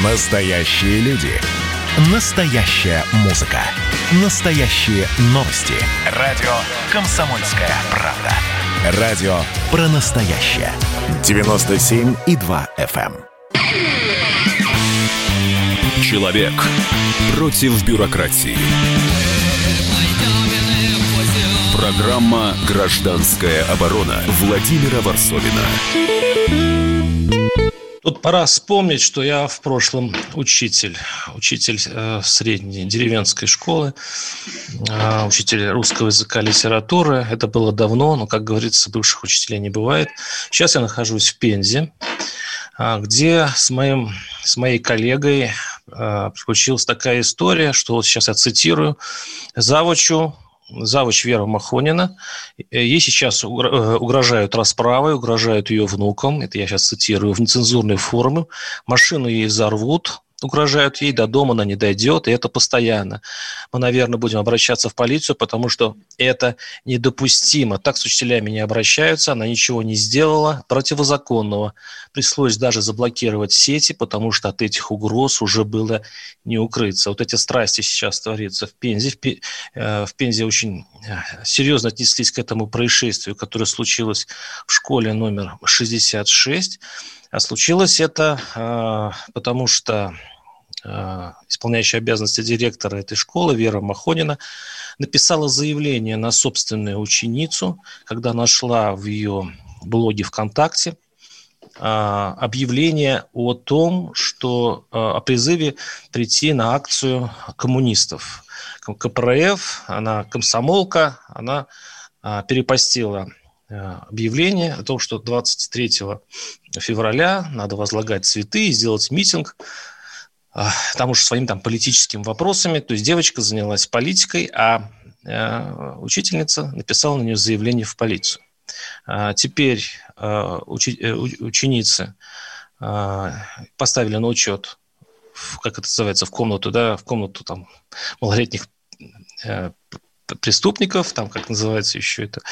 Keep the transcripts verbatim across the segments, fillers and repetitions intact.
Настоящие люди. Настоящая музыка. Настоящие новости. Радио «Комсомольская правда». Радио про настоящее. девяносто семь и два эф эм. Человек против бюрократии. Программа «Гражданская оборона» Владимира Варсовина. Тут пора вспомнить, что я в прошлом учитель, учитель э, средней деревенской школы, э, учитель русского языка и литературы. Это было давно, но, как говорится, бывших учителей не бывает. Сейчас я нахожусь в Пензе, э, где с, моим, с моей коллегой э, приключилась такая история, что вот сейчас я цитирую: завучу, завуч Вера Махонина. Ей сейчас угрожают расправой, угрожают ее внукам. Это я сейчас цитирую в нецензурной форме. Машину ей взорвут, угрожают ей, до дома она не дойдет, и это постоянно. Мы, наверное, будем обращаться в полицию, потому что это недопустимо. Так с учителями не обращаются, она ничего не сделала противозаконного. Пришлось даже заблокировать сети, потому что от этих угроз уже было не укрыться. Вот эти страсти сейчас творятся в Пензе. В Пензе очень серьезно отнеслись к этому происшествию, которое случилось в школе номер шестьдесят шесть. А случилось это потому, что исполняющая обязанности директора этой школы Вера Махонина написала заявление на собственную ученицу, когда нашла в ее блоге ВКонтакте объявление о том, что о призыве прийти на акцию коммунистов. ка пэ эр эф, она комсомолка, она перепостила объявление о том, что двадцать третьего февраля надо возлагать цветы и сделать митинг, потому что своими там политическими вопросами. То есть девочка занялась политикой, а учительница написала на нее заявление в полицию. Теперь учи, ученицы поставили на учет, как это называется, в комнату, да, в комнату там малолетних преступников, там, как называется еще это,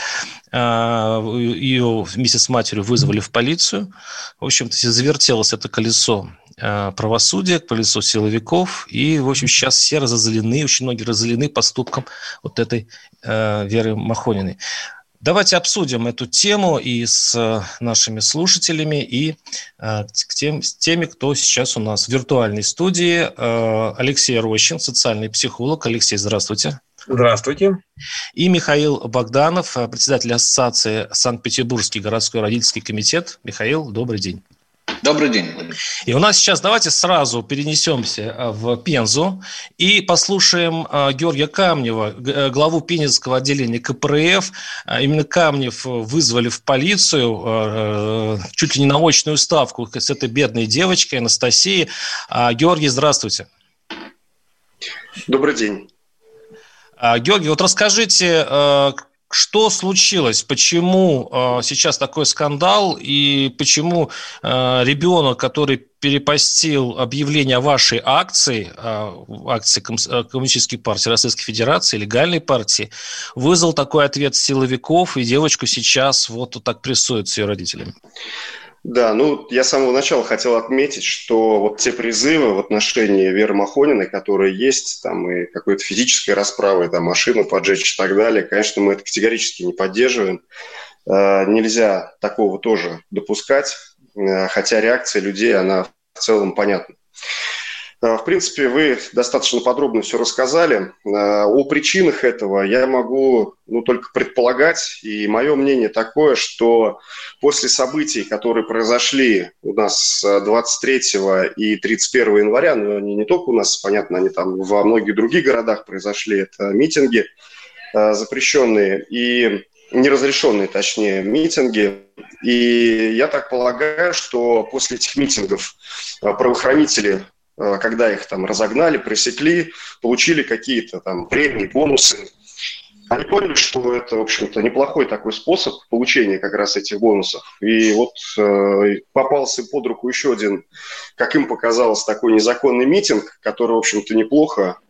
ее вместе с матерью вызвали в полицию. В общем-то, завертелось это колесо правосудия, колесо силовиков, и, в общем, сейчас все разозлены, очень многие разозлены поступком вот этой Веры Махониной. Давайте обсудим эту тему и с нашими слушателями, и к тем, с теми, кто сейчас у нас в виртуальной студии. Алексей Рощин, социальный психолог. Алексей, здравствуйте. Здравствуйте. И Михаил Богданов, председатель Ассоциации Санкт-Петербургский городской родительский комитет. Михаил, добрый день. Добрый день. И у нас сейчас давайте сразу перенесемся в Пензу и послушаем Георгия Камнева, главу Пензенского отделения ка пэ эр эф. Именно Камнев вызвали в полицию чуть ли не на очную ставку с этой бедной девочкой Анастасией. Георгий, здравствуйте. Добрый день. Георгий, вот расскажите, что случилось, почему сейчас такой скандал, и почему ребенок, который перепостил объявление о вашей акции, акции Коммунистической партии Российской Федерации, легальной партии, вызвал такой ответ силовиков, и девочку сейчас вот, вот так прессуют с ее родителями? Да, ну, я с самого начала хотел отметить, что вот те призывы в отношении Веры Махониной, которые есть, там и какой-то физической расправы, там, машину поджечь и так далее, конечно, мы это категорически не поддерживаем. Э, нельзя такого тоже допускать, э, хотя реакция людей, она в целом понятна. В принципе, вы достаточно подробно все рассказали. О причинах этого я могу ну, только предполагать. И мое мнение такое, что после событий, которые произошли у нас двадцать третьего и тридцать первого января, но они не только у нас, понятно, они там во многих других городах произошли, это митинги запрещенные и неразрешенные, точнее, митинги. И я так полагаю, что после этих митингов правоохранители, когда их там разогнали, пресекли, получили какие-то там премии, бонусы. Они поняли, что это, в общем-то, неплохой такой способ получения как раз этих бонусов. И вот э, попался под руку еще один, как им показалось, такой незаконный митинг, который, в общем-то, неплохо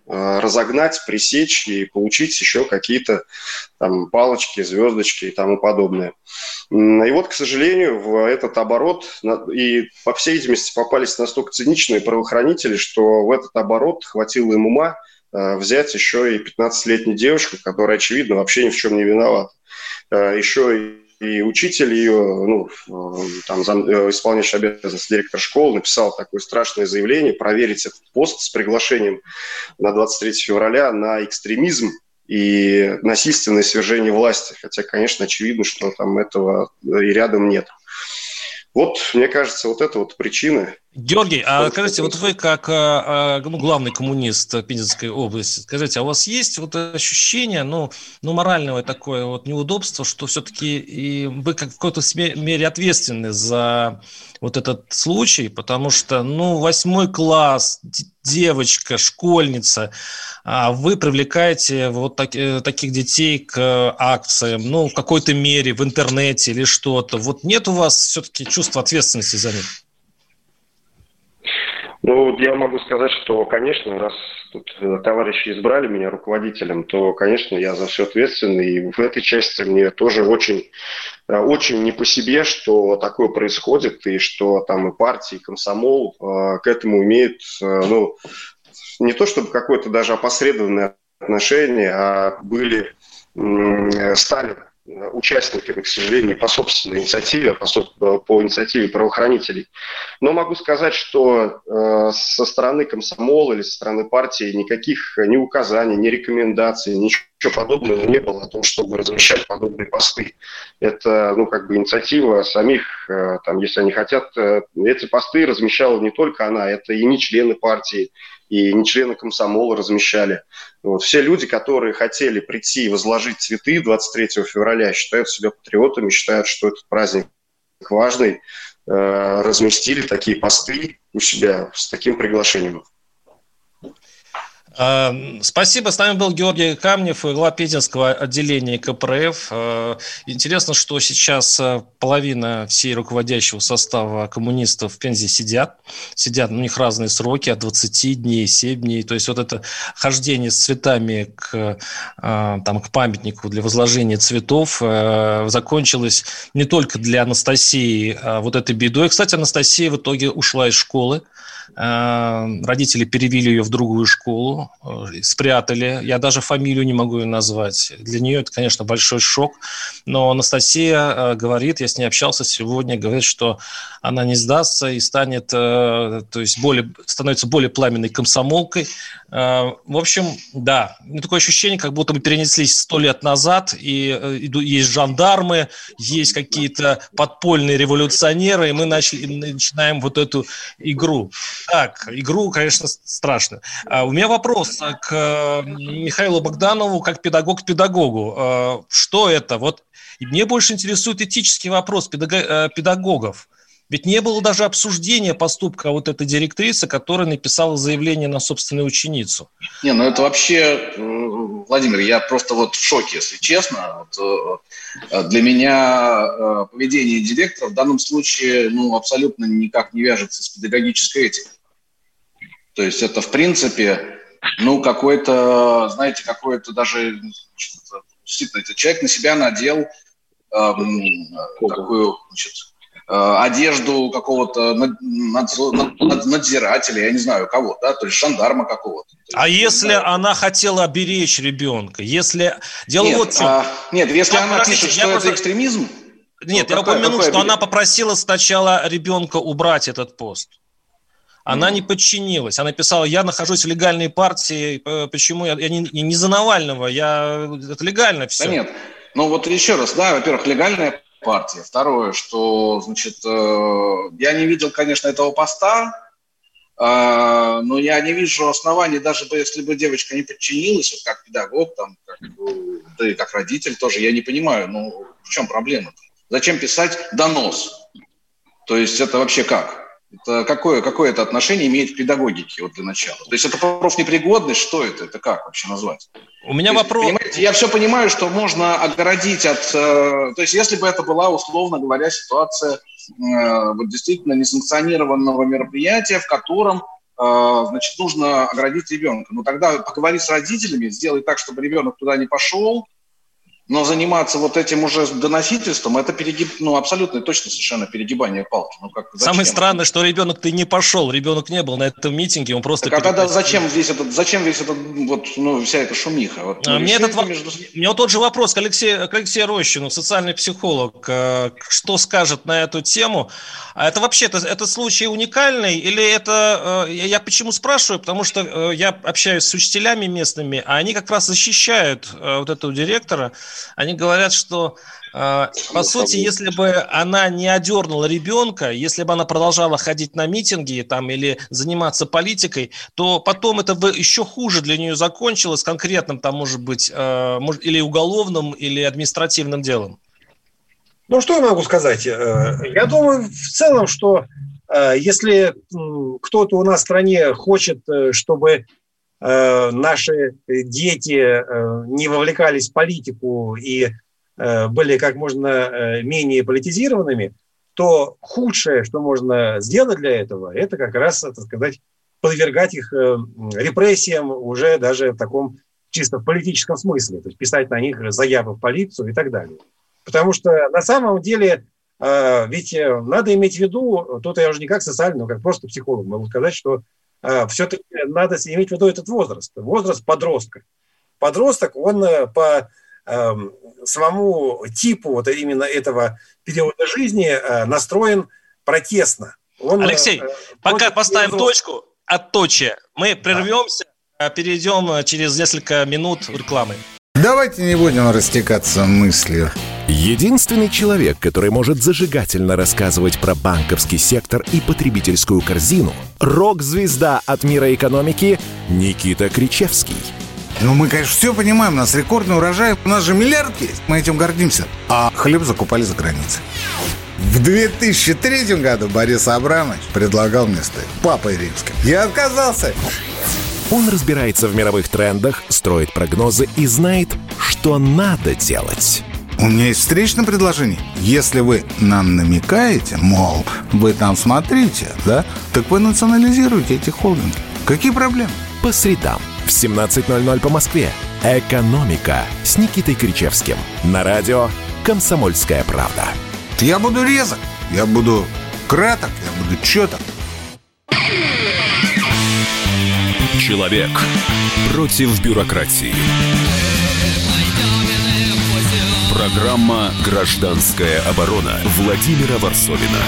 разогнать, пресечь и получить еще какие-то там палочки, звездочки и тому подобное. И вот, к сожалению, в этот оборот, и по всей видимости попались настолько циничные правоохранители, что в этот оборот хватило им ума взять еще и пятнадцатилетнюю девушку, которая, очевидно, вообще ни в чем не виновата. Еще и учитель ее, ну, там, исполняющий обязанности директора школы, написал такое страшное заявление проверить этот пост с приглашением на двадцать третьего февраля на экстремизм и насильственное свержение власти. Хотя, конечно, очевидно, что там этого и рядом нет. Вот, мне кажется, вот это вот причина. Георгий, а скажите, вот вы как ну, главный коммунист Пензенской области, скажите, а у вас есть вот ощущение, ну, ну морального такое вот неудобства, что все-таки и вы как в какой-то мере ответственны за вот этот случай, потому что, ну, восьмой класс, девочка, школьница, а вы привлекаете вот так, таких детей к акциям, ну, в какой-то мере в интернете или что-то. Вот нет у вас все-таки чувства ответственности за них? Ну, я могу сказать, что, конечно, раз тут товарищи избрали меня руководителем, то, конечно, я за все ответственный. И в этой части мне тоже очень, очень не по себе, что такое происходит, и что там и партия, и комсомол э, к этому имеют, э, ну, не то чтобы какое-то даже опосредованное отношение, а были, э, стали участниками, к сожалению, по собственной инициативе, по, по инициативе правоохранителей. Но могу сказать, что э, со стороны комсомола или со стороны партии никаких ни указаний, ни рекомендаций, ничего подобного не было о том, чтобы размещать подобные посты. Это, ну, как бы инициатива самих, э, там, если они хотят, э, эти посты размещала не только она, это и не члены партии, и не члены комсомола размещали. Вот. Все люди, которые хотели прийти и возложить цветы двадцать третьего февраля, считают себя патриотами, считают, что этот праздник важный, э, разместили такие посты у себя с таким приглашением. Спасибо. С нами был Георгий Камнев, глава Пензенского отделения ка пэ эр эф. Интересно, что сейчас половина всей руководящего состава коммунистов в Пензе сидят. Сидят, у них разные сроки, от двадцати дней, семь дней. То есть вот это хождение с цветами к, там, к памятнику для возложения цветов закончилось не только для Анастасии вот этой бедой. Кстати, Анастасия в итоге ушла из школы. Родители перевели ее в другую школу, спрятали. Я даже фамилию не могу ее назвать. Для нее это, конечно, большой шок. Но Анастасия говорит, я с ней общался сегодня, говорит, что она не сдастся и станет, то есть более, становится более пламенной комсомолкой. В общем, да, такое ощущение, как будто мы перенеслись сто лет назад, и есть жандармы, есть какие-то подпольные революционеры, и мы начали, начинаем вот эту игру. Так, игру, конечно, страшно. А у меня вопрос к Михаилу Богданову, как педагог к педагогу. Что это? Вот мне больше интересует этический вопрос педагогов. Ведь не было даже обсуждения поступка вот этой директрисы, которая написала заявление на собственную ученицу. Не, ну это вообще, Владимир, я просто вот в шоке, если честно. Вот, для меня поведение директора в данном случае ну, абсолютно никак не вяжется с педагогической этикой. То есть это, в принципе, ну, какой-то, знаете, какой-то даже, действительно, этот человек на себя надел эм, такую, значит, одежду какого-то надзирателя, я не знаю кого, да, то есть жандарма какого-то. А если она хотела оберечь ребенка? Если... Дело нет, вот в чем. А, нет, если а, она пишет, что просто... это экстремизм... Нет, я какой, упомяну, какой что оберег? Она попросила сначала ребенка убрать этот пост. Она mm. не подчинилась. Она писала, я нахожусь в легальной партии, почему я, я не, не за Навального, я... это легально все. Да нет, ну вот еще раз, да, во-первых, легальная партия. Второе, что, значит, э, я не видел, конечно, этого поста, э, но я не вижу оснований, даже если бы девочка не подчинилась, вот как педагог, там, как, да и как родитель тоже, я не понимаю, ну, в чем проблема-то? Зачем писать донос? То есть это вообще как? Это какое, какое это отношение имеет к педагогике вот для начала? То есть это профнепригодность, что это? Это как вообще назвать? У меня то вопрос... Есть, понимаете, я все понимаю, что можно оградить от... Э, то есть если бы это была, условно говоря, ситуация э, вот действительно несанкционированного мероприятия, в котором значит, нужно оградить ребенка. Ну, тогда поговори с родителями, сделай так, чтобы ребенок туда не пошел, но заниматься вот этим уже доносительством, это перегиб, ну, абсолютно точно совершенно перегибание палки. Ну, как, самое странное, что ребенок-то не пошел, ребенок не был на этом митинге, он просто... Так, а тогда зачем весь этот, зачем весь этот, вот, ну, вся эта шумиха? Вот, а мне этот, между... Мне вот тот же вопрос к Алексею, к Алексею Рощину, социальный психолог, что скажет на эту тему? А это вообще, это, это случай уникальный или это... Я почему спрашиваю? Потому что я общаюсь с учителями местными, а они как раз защищают вот этого директора. Они говорят, что, по сути, если бы она не одернула ребенка, если бы она продолжала ходить на митинги там, или заниматься политикой, то потом это бы еще хуже для нее закончилось конкретным, там, может быть, или уголовным, или административным делом. Ну, что я могу сказать? Я думаю, в целом, что если кто-то у нас в стране хочет, чтобы наши дети не вовлекались в политику и были как можно менее политизированными, то худшее, что можно сделать для этого, это как раз, так сказать, подвергать их репрессиям уже даже в таком чисто в политическом смысле, то есть писать на них заявы в полицию и так далее. Потому что на самом деле ведь надо иметь в виду, тут я уже не как социальный, но как просто психолог могу сказать, что все-таки надо иметь в виду этот возраст, возраст подростка. Подросток, он по э, самому типу вот именно этого периода жизни э, настроен протестно. Он, Алексей, э, пока поставим его... точку, отточие. Мы прервемся, да. Перейдем через несколько минут в рекламы. Давайте не будем растекаться мыслью. Единственный человек, который может зажигательно рассказывать про банковский сектор и потребительскую корзину – рок-звезда от мира экономики Никита Кричевский. Ну, мы, конечно, все понимаем, у нас рекордный урожай, у нас же миллиард есть, мы этим гордимся. А хлеб закупали за границей. В две тысячи третьем году Борис Абрамович предлагал мне стать папой римским. Я отказался. Он разбирается в мировых трендах, строит прогнозы и знает, что надо делать. У меня есть встречное предложение. Если вы нам намекаете, мол, вы там смотрите, да, так вы национализируете эти холдинги. Какие проблемы? По средам в семнадцать ноль ноль по Москве. «Экономика» с Никитой Кричевским. На радио «Комсомольская правда». Я буду резок, я буду краток, я буду чёток. Человек против бюрократии. Программа «Гражданская оборона» Владимира Варсовина.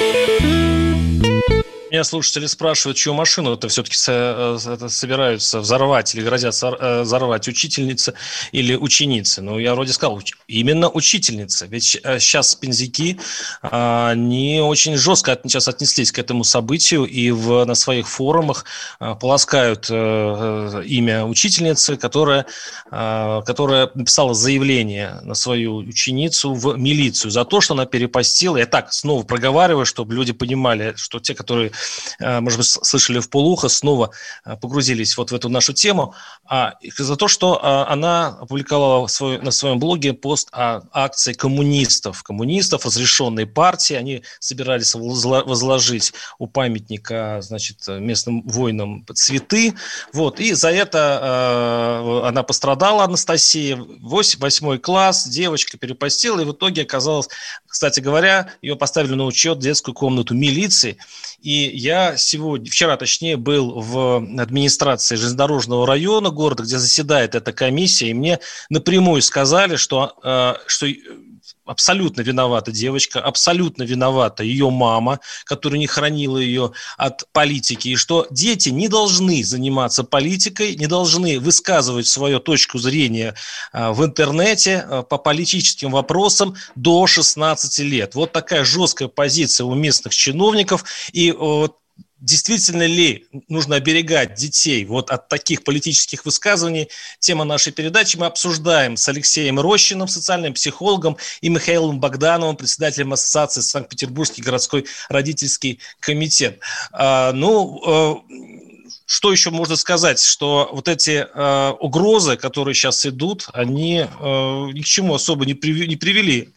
Меня слушатели спрашивают, чью машину-то все-таки собираются взорвать или грозят взорвать, учительница или ученицы. Ну, я вроде сказал, именно учительница. Ведь сейчас пензяки, они очень жестко сейчас отнеслись к этому событию и в, на своих форумах полоскают имя учительницы, которая, которая написала заявление на свою ученицу в милицию за то, что она перепостила. Я так снова проговариваю, чтобы люди понимали, что те, которые, может быть, слышали вполуха, снова погрузились вот в эту нашу тему, а за то, что она опубликовала свой, на своем блоге пост о акции коммунистов. Коммунистов, разрешенной партии, они собирались возложить у памятника, значит, местным воинам цветы, вот, и за это она пострадала, Анастасия, восьмой класс, девочка перепостила, и в итоге оказалось, кстати говоря, ее поставили на учет в детскую комнату милиции. И я сегодня, вчера точнее, был в администрации железнодорожного района города, где заседает эта комиссия, и мне напрямую сказали, что, что абсолютно виновата девочка, абсолютно виновата ее мама, которая не хранила ее от политики, и что дети не должны заниматься политикой, не должны высказывать свою точку зрения в интернете по политическим вопросам до шестнадцати лет. Вот такая жесткая позиция у местных чиновников, и вот действительно ли нужно оберегать детей вот от таких политических высказываний? Тема нашей передачи мы обсуждаем с Алексеем Рощиным, социальным психологом, и Михаилом Богдановым, председателем Ассоциации Санкт-Петербургский городской родительский комитет. А, ну, а, что еще можно сказать? Что вот эти а, угрозы, которые сейчас идут, они а, ни к чему особо не, привели, не привели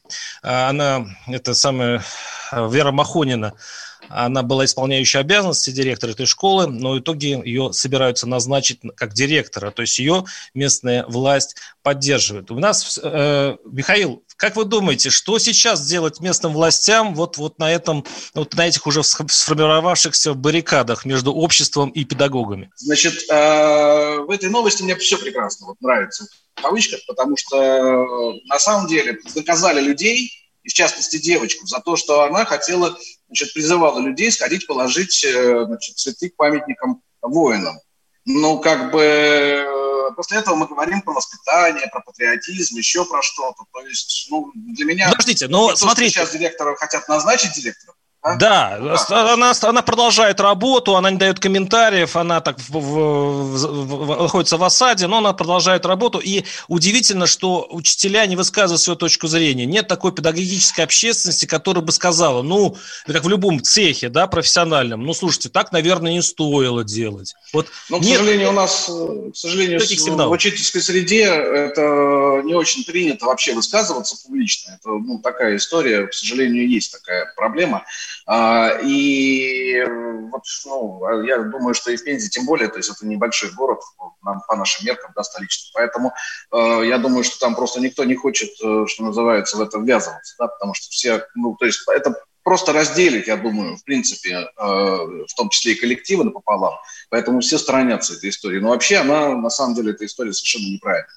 она, это самая Вера Махонина, она была исполняющей обязанности директора этой школы, но в итоге ее собираются назначить как директора, то есть ее местная власть поддерживает. У нас, э, Михаил, как вы думаете, что сейчас делать местным властям вот, вот, на, этом, вот на этих уже сформировавшихся баррикадах между обществом и педагогами? Значит, э, в этой новости мне все прекрасно вот, нравится в кавычках, потому что э, на самом деле наказали людей, и в частности девочку, за то, что она хотела, значит, призывала людей сходить положить, значит, цветы к памятникам воинам. Ну, как бы после этого мы говорим про воспитание, про патриотизм, еще про что-то. То есть, ну, для меня... Подождите, но смотрите... Сейчас директора хотят назначить директором. А? Да, да. Она, она продолжает работу, она не дает комментариев, она так в, в, в, находится в осаде, но она продолжает работу. И удивительно, что учителя не высказывают свою точку зрения. Нет такой педагогической общественности, которая бы сказала, ну, как в любом цехе, да, профессиональном, ну, слушайте, так, наверное, не стоило делать. Вот но, к нет... сожалению, у нас, к сожалению, в учительской среде это не очень принято вообще высказываться публично. Это, ну, такая история, к сожалению, есть такая проблема. А, и вот, ну, я думаю, что и в Пензе тем более, то есть это небольшой город, нам, по нашим меркам, да, столичный. Поэтому э, я думаю, что там просто никто не хочет, э, что называется, в это ввязываться, да, потому что все, ну, то есть это просто разделить, я думаю, в принципе, э, в том числе и коллективы напополам, поэтому все сторонятся этой истории. Но вообще она, на самом деле, эта история совершенно неправильная.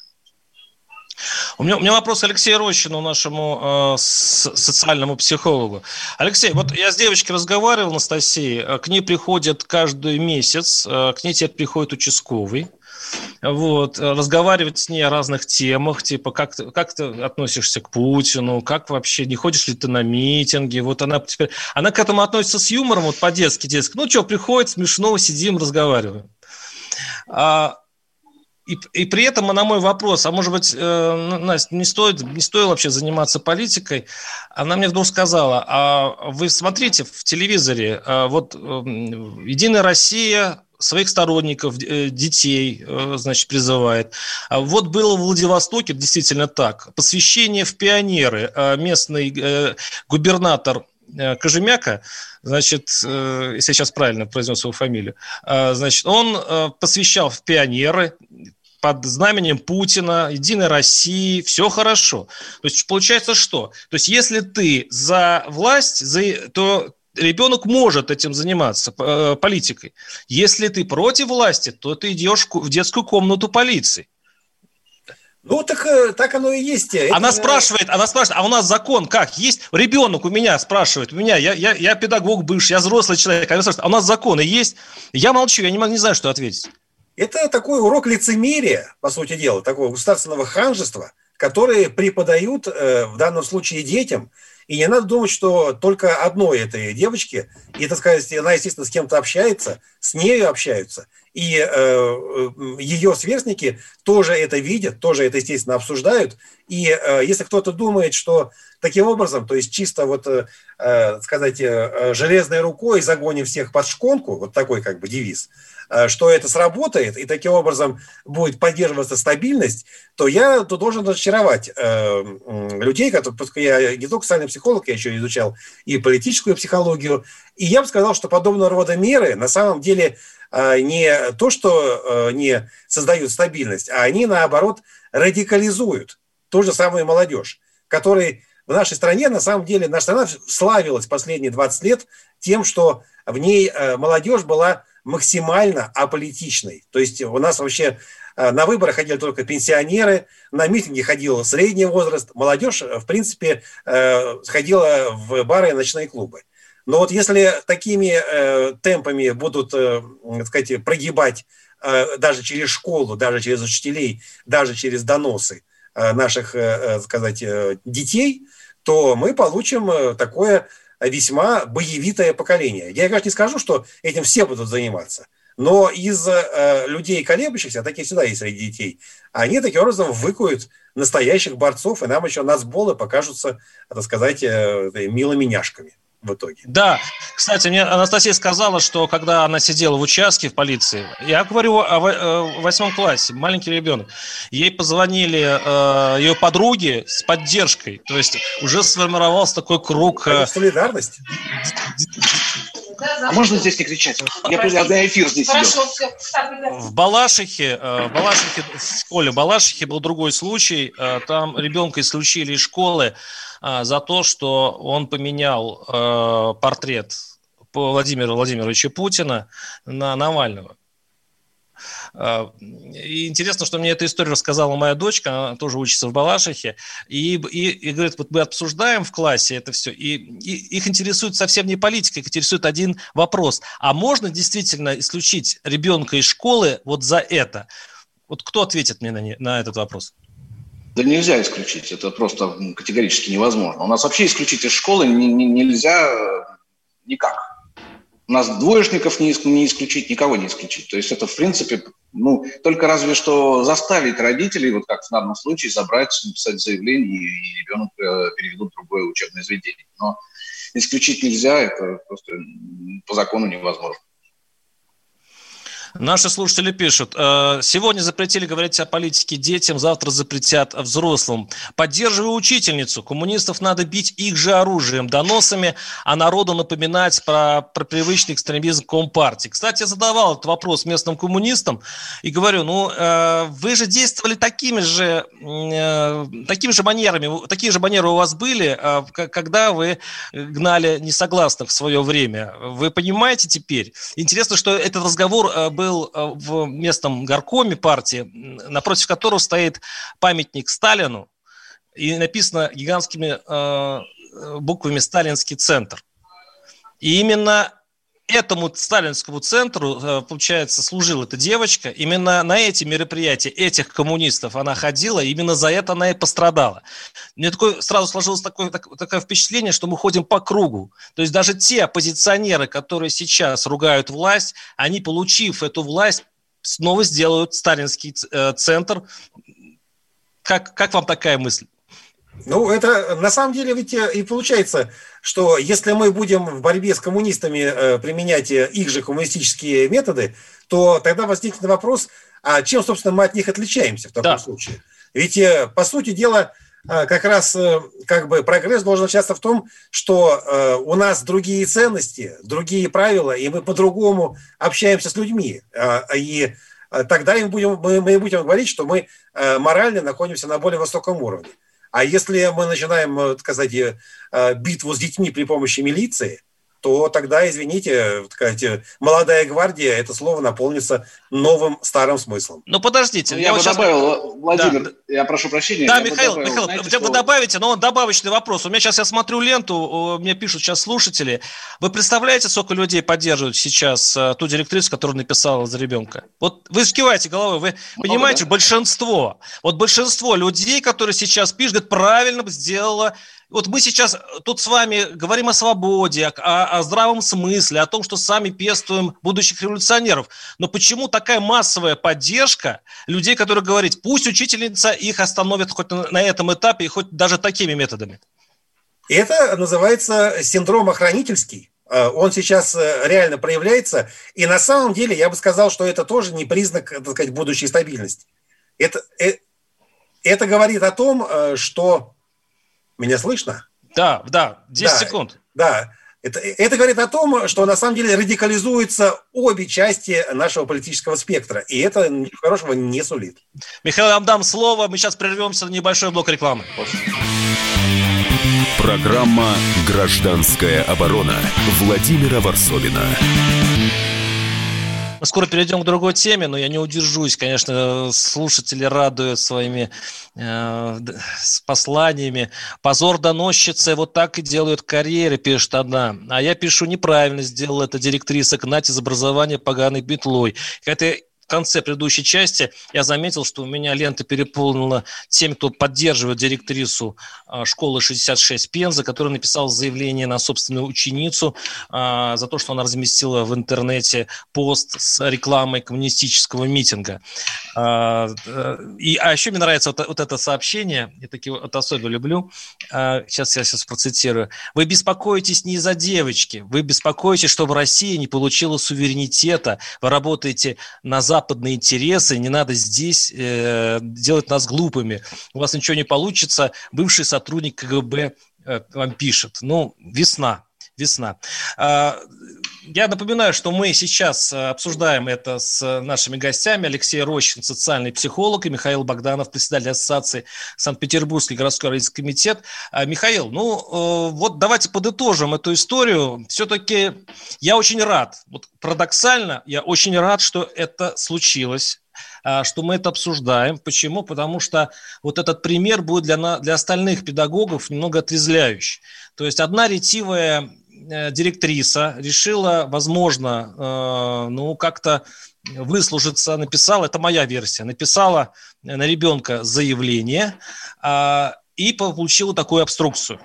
У меня, у меня вопрос к Алексею Рощину, нашему э, с, социальному психологу. Алексей, вот я с девочкой разговаривал, Анастасией, к ней приходит каждый месяц, э, к ней теперь приходит участковый, вот, разговаривать с ней о разных темах, типа, как ты, как ты относишься к Путину, как вообще, не ходишь ли ты на митинги, вот она теперь, она к этому относится с юмором, вот по-детски, детски, ну что, приходит, смешно, сидим, разговариваем. А, И, и при этом на мой вопрос, а может быть, э, Настя, не стоит, не стоило вообще заниматься политикой, она мне вдруг сказала, а вы смотрите в телевизоре, а вот э, «Единая Россия» своих сторонников, э, детей, э, значит, призывает. А вот было в Владивостоке действительно так. Посвящение в пионеры. А местный э, губернатор Кожемяка, значит, если я сейчас правильно произнес его фамилию, значит, он посвящал в пионеры под знаменем Путина, Единой России, все хорошо. То есть получается что? То есть если ты за власть, за, то ребенок может этим заниматься, политикой. Если ты против власти, то ты идешь в детскую комнату полиции. Ну, так, так оно и есть. Она Это... спрашивает, она спрашивает, а у нас закон как? Есть ребенок у меня спрашивает, у меня, я, я, я педагог бывший, я взрослый человек, она спрашивает, а у нас законы есть? Я молчу, я не, не знаю, что ответить. Это такой урок лицемерия, по сути дела, такого государственного ханжества, которые преподают э, в данном случае детям. И не надо думать, что только одной этой девочке, и, так сказать, она, естественно, с кем-то общается, с нею общаются, и э, ее сверстники тоже это видят, тоже это, естественно, обсуждают. И э, если кто-то думает, что таким образом, то есть чисто вот, э, сказать, э, железной рукой загоним всех под шконку, вот такой как бы девиз, что это сработает, и таким образом будет поддерживаться стабильность, то я то должен разочаровать э, людей, которые, я не только социальный психолог, я еще изучал и политическую психологию, и я бы сказал, что подобного рода меры на самом деле э, не то, что э, не создают стабильность, а они, наоборот, радикализуют ту же самую молодежь, которой в нашей стране, на самом деле, наша страна славилась последние двадцать лет тем, что в ней э, молодежь была максимально аполитичной. То есть у нас вообще на выборы ходили только пенсионеры, на митинги ходил средний возраст, молодежь, в принципе, ходила в бары и ночные клубы. Но вот если такими темпами будут, так сказать, прогибать даже через школу, даже через учителей, даже через доносы наших, так сказать, детей, то мы получим такое весьма боевитое поколение. Я, конечно, не скажу, что этим все будут заниматься, но из э, людей колеблющихся, таких всегда есть среди детей, они таким образом выкуют настоящих борцов, и нам еще нацболы покажутся, так сказать, э, милыми няшками. в итоге. Да, кстати, мне Анастасия сказала, что когда она сидела в участке в полиции, я говорю о восьмом классе, маленький ребенок, ей позвонили э, ее подруги с поддержкой, то есть уже сформировался такой круг... Э, солидарность. А можно здесь не кричать? Я, я на эфир здесь Хорошо, все. В Балашихе, в Балашихе, в школе Балашихе был другой случай. Там ребенка исключили из школы за то, что он поменял портрет Владимира Владимировича Путина на Навального. И интересно, что мне эту историю рассказала моя дочка, она тоже учится в Балашихе, и, и, и говорит, вот мы обсуждаем в классе это все, и, и их интересует совсем не политика, их интересует один вопрос. А можно действительно исключить ребенка из школы вот за это? Вот кто ответит мне на, не, на этот вопрос? Да нельзя исключить, это просто категорически невозможно. У нас вообще исключить из школы не, не, нельзя никак. У нас двоечников не исключить, никого не исключить. То есть это, в принципе, ну, только разве что заставить родителей, вот как в данном случае, забрать, написать заявление, и ребенок переведут в другое учебное заведение. Но исключить нельзя, это просто по закону невозможно. Наши слушатели пишут, сегодня запретили говорить о политике детям, завтра запретят взрослым. Поддерживаю учительницу. Коммунистов надо бить их же оружием, доносами, а народу напоминать про, про привычный экстремизм Компартии. Кстати, я задавал этот вопрос местным коммунистам и говорю, ну, вы же действовали такими же, такими же манерами, такие же манеры у вас были, когда вы гнали несогласных в свое время. Вы понимаете теперь? Интересно, что этот разговор был в местном горкоме партии, напротив которого стоит памятник Сталину, и написано гигантскими э, буквами «Сталинский центр». И именно этому сталинскому центру, э, получается, служила эта девочка. Именно на эти мероприятия этих коммунистов она ходила, именно за это она и пострадала. Мне такое, сразу сложилось такое, так, такое впечатление, что мы ходим по кругу. То есть даже те оппозиционеры, которые сейчас ругают власть, они, получив эту власть, снова сделают сталинский э, центр. Как, как вам такая мысль? Ну, это на самом деле ведь и получается, что если мы будем в борьбе с коммунистами применять их же коммунистические методы, то тогда возникнет вопрос, а чем, собственно, мы от них отличаемся в таком да. случае? Ведь, по сути дела, как раз как бы прогресс должен начаться в том, что у нас другие ценности, другие правила, и мы по-другому общаемся с людьми. И тогда мы будем, мы, мы будем говорить, что мы морально находимся на более высоком уровне. А если мы начинаем, так сказать, битву с детьми при помощи милиции, то тогда, извините, так сказать, молодая гвардия, это слово наполнится новым старым смыслом. Ну, подождите. Ну, я, я бы сейчас... добавил, Владимир, да. я прошу прощения. Да, Михаил, добавил, Михаил, знаете, вы что... добавите, но добавочный вопрос. У меня сейчас, я смотрю ленту, мне пишут сейчас слушатели. Вы представляете, сколько людей поддерживают сейчас ту директрису, которую написала за ребенка? Вот вы скиваете головой, вы ну, понимаете, да. большинство. Вот большинство людей, которые сейчас пишут, говорят, правильно бы сделала. Вот мы сейчас тут с вами говорим о свободе, о, о здравом смысле, о том, что сами пестуем будущих революционеров. Но почему такая массовая поддержка людей, которые говорят, пусть учительница их остановит хоть на, на этом этапе и хоть даже такими методами? Это называется синдром охранительский. Он сейчас реально проявляется. И на самом деле я бы сказал, что это тоже не признак, так сказать, будущей стабильности. Это, это говорит о том, что... Меня слышно? Да, да, десять да, секунд. Да, это, это говорит о том, что на самом деле радикализуются обе части нашего политического спектра, и это хорошего не сулит. Михаил, я вам дам слово, мы сейчас прервемся на небольшой блок рекламы. Программа «Гражданская оборона» Владимира Варсовина. Мы скоро перейдем к другой теме, но я не удержусь. Конечно, слушатели радуют своими э, посланиями. Позор доносчицы, вот так и делают карьеры, пишет одна. А я пишу, неправильно сделала эта директриса, гнать из образования поганой метлой. Это конце предыдущей части я заметил, что у меня лента переполнена теми, кто поддерживает директрису школы шестьдесят шесть Пенза, которая написала заявление на собственную ученицу а, за то, что она разместила в интернете пост с рекламой коммунистического митинга. А, и, а еще мне нравится вот, вот это сообщение, я таки вот особенно люблю. А, сейчас я сейчас процитирую. «Вы беспокоитесь не из-за девочки, вы беспокоитесь, чтобы Россия не получила суверенитета, вы работаете на западные интересы, не надо здесь э, делать нас глупыми. У вас ничего не получится, бывший сотрудник КГБ э, вам пишет». Ну, весна, весна. А, я напоминаю, что мы сейчас обсуждаем это с нашими гостями. Алексей Рощин, социальный психолог, и Михаил Богданов, председатель ассоциации Санкт-Петербургский городской родительский комитет. А, Михаил, ну вот давайте подытожим эту историю. Все-таки я очень рад, вот парадоксально, я очень рад, что это случилось, что мы это обсуждаем. Почему? Потому что вот этот пример будет для, на, для остальных педагогов немного отрезвляющий. То есть одна ретивая директриса решила, возможно, э, ну, как-то выслужиться, написала, это моя версия, написала на ребенка заявление э, и получила такую обструкцию.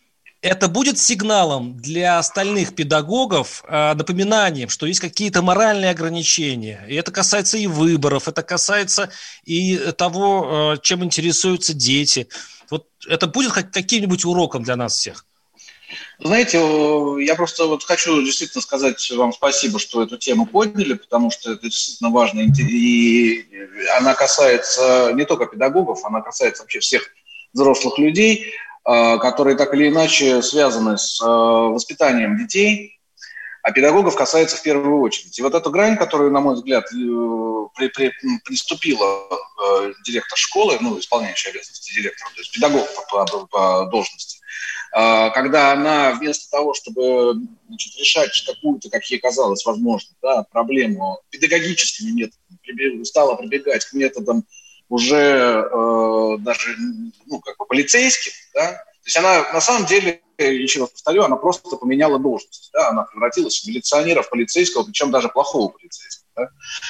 Это будет сигналом для остальных педагогов, э, напоминанием, что есть какие-то моральные ограничения. И это касается и выборов, это касается и того, э, чем интересуются дети. Вот это будет каким-нибудь уроком для нас всех? Знаете, я просто вот хочу действительно сказать вам спасибо, что эту тему подняли, потому что это действительно важно, и она касается не только педагогов, она касается вообще всех взрослых людей, которые так или иначе связаны с воспитанием детей, а педагогов касается в первую очередь. И вот эту грань, которую, на мой взгляд, при, при, приступила директор школы, ну, исполняющий обязанности директора, то есть педагог по, по, по должности, когда она вместо того, чтобы, значит, решать какую-то, как ей казалось, возможно, да, проблему педагогическими методами, стала прибегать к методам уже э, даже, ну, как бы полицейским, да. То есть она на самом деле, еще раз повторю, она просто поменяла должность, да, она превратилась в милиционера, в полицейского, причем даже плохого полицейского. Да?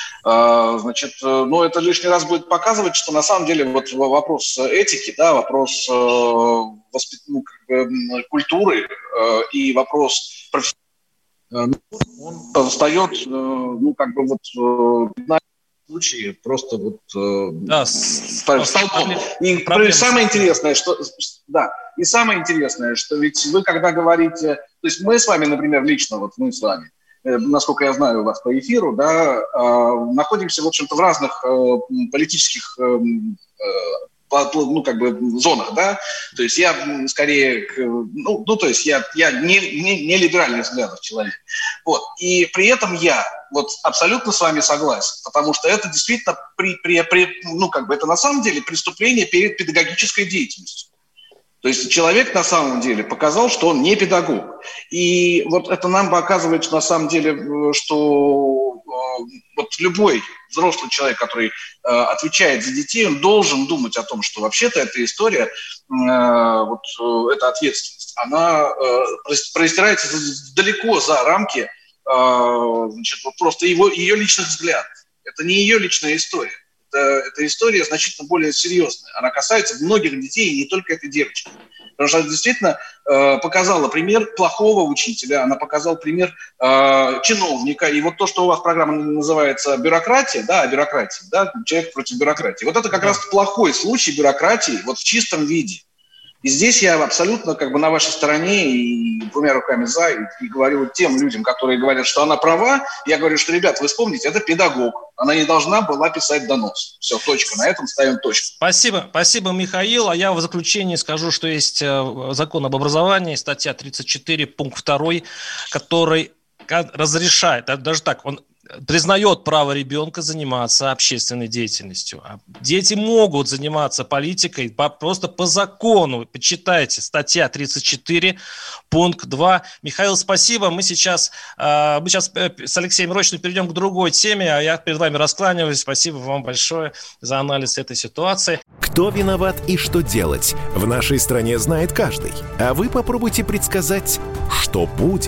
А, значит, ну, это лишний раз будет показывать, что на самом деле вот вопрос этики, да, вопрос э, воспит... ну, как бы, культуры э, и вопрос профессиональности, э, он встает, э, ну, как бы вот э, на случае просто вот э, да, столбом. И самое интересное, что да, и самое интересное, что ведь вы, когда говорите, то есть мы с вами, например, лично, вот мы с вами, насколько я знаю вас по эфиру, да, находимся, в общем-то, в разных политических, ну, как бы, зонах, да, то есть я скорее, ну, ну то есть я, я не, не, не либеральных взглядов человек, вот, и при этом я вот абсолютно с вами согласен, потому что это действительно, при, при, при, ну, как бы, это на самом деле преступление перед педагогической деятельностью. То есть человек на самом деле показал, что он не педагог. И вот это нам показывает на самом деле, что э, вот любой взрослый человек, который э, отвечает за детей, он должен думать о том, что вообще-то эта история, э, вот э, эта ответственность, она э, простирается далеко за рамки э, значит, вот просто его, ее личных взглядов. Это не ее личная история. Это, эта история значительно более серьезная. Она касается многих детей, и не только этой девочки. Потому что она действительно э, показала пример плохого учителя, она показала пример э, чиновника. И вот то, что у вас программа называется бюрократия, да, бюрократия, да, человек против бюрократии. Вот это как раз плохой случай бюрократии, вот в чистом виде. И здесь я абсолютно как бы на вашей стороне и двумя руками за, и, и говорю тем людям, которые говорят, что она права, я говорю, что, ребят, вы вспомните, это педагог, она не должна была писать донос. Все, точка, на этом ставим точку. Спасибо, спасибо, Михаил. А я в заключении скажу, что есть закон об образовании, статья тридцать четыре, пункт два, который разрешает, даже так, он признает право ребенка заниматься общественной деятельностью. Дети могут заниматься политикой по, просто по закону. Почитайте, статья тридцать четыре, пункт два. Михаил, спасибо. Мы сейчас, мы сейчас с Алексеем Рощиным перейдем к другой теме, а я перед вами раскланиваюсь. Спасибо вам большое за анализ этой ситуации. Кто виноват и что делать, в нашей стране знает каждый. А вы попробуйте предсказать, что будет.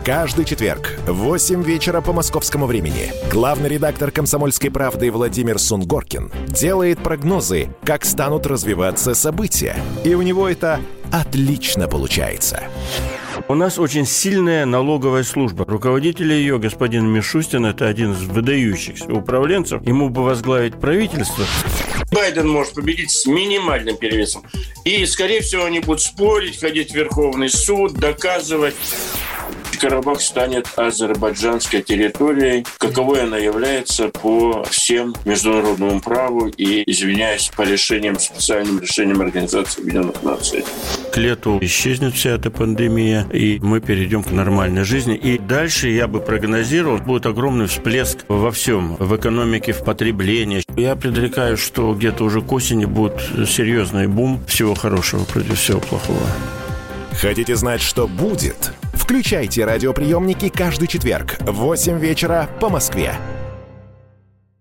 Каждый четверг в восемь вечера по московскому времени главный редактор «Комсомольской правды» Владимир Сунгоркин делает прогнозы, как станут развиваться события. И у него это отлично получается. У нас очень сильная налоговая служба. Руководитель ее, господин Мишустин, это один из выдающихся управленцев. Ему бы возглавить правительство. Байден может победить с минимальным перевесом. И, скорее всего, они будут спорить, ходить в Верховный суд, доказывать. Карабах станет азербайджанской территорией, каковой она является по всем международному праву и, извиняюсь, по решениям, специальным решениям Организации Объединенных Наций. К лету исчезнет вся эта пандемия, и мы перейдем к нормальной жизни. И дальше, я бы прогнозировал, будет огромный всплеск во всем, в экономике, в потреблении. Я предрекаю, что где-то уже к осени будет серьезный бум. Всего хорошего против всего плохого. Хотите знать, что будет? Включайте радиоприемники каждый четверг в восемь вечера по Москве.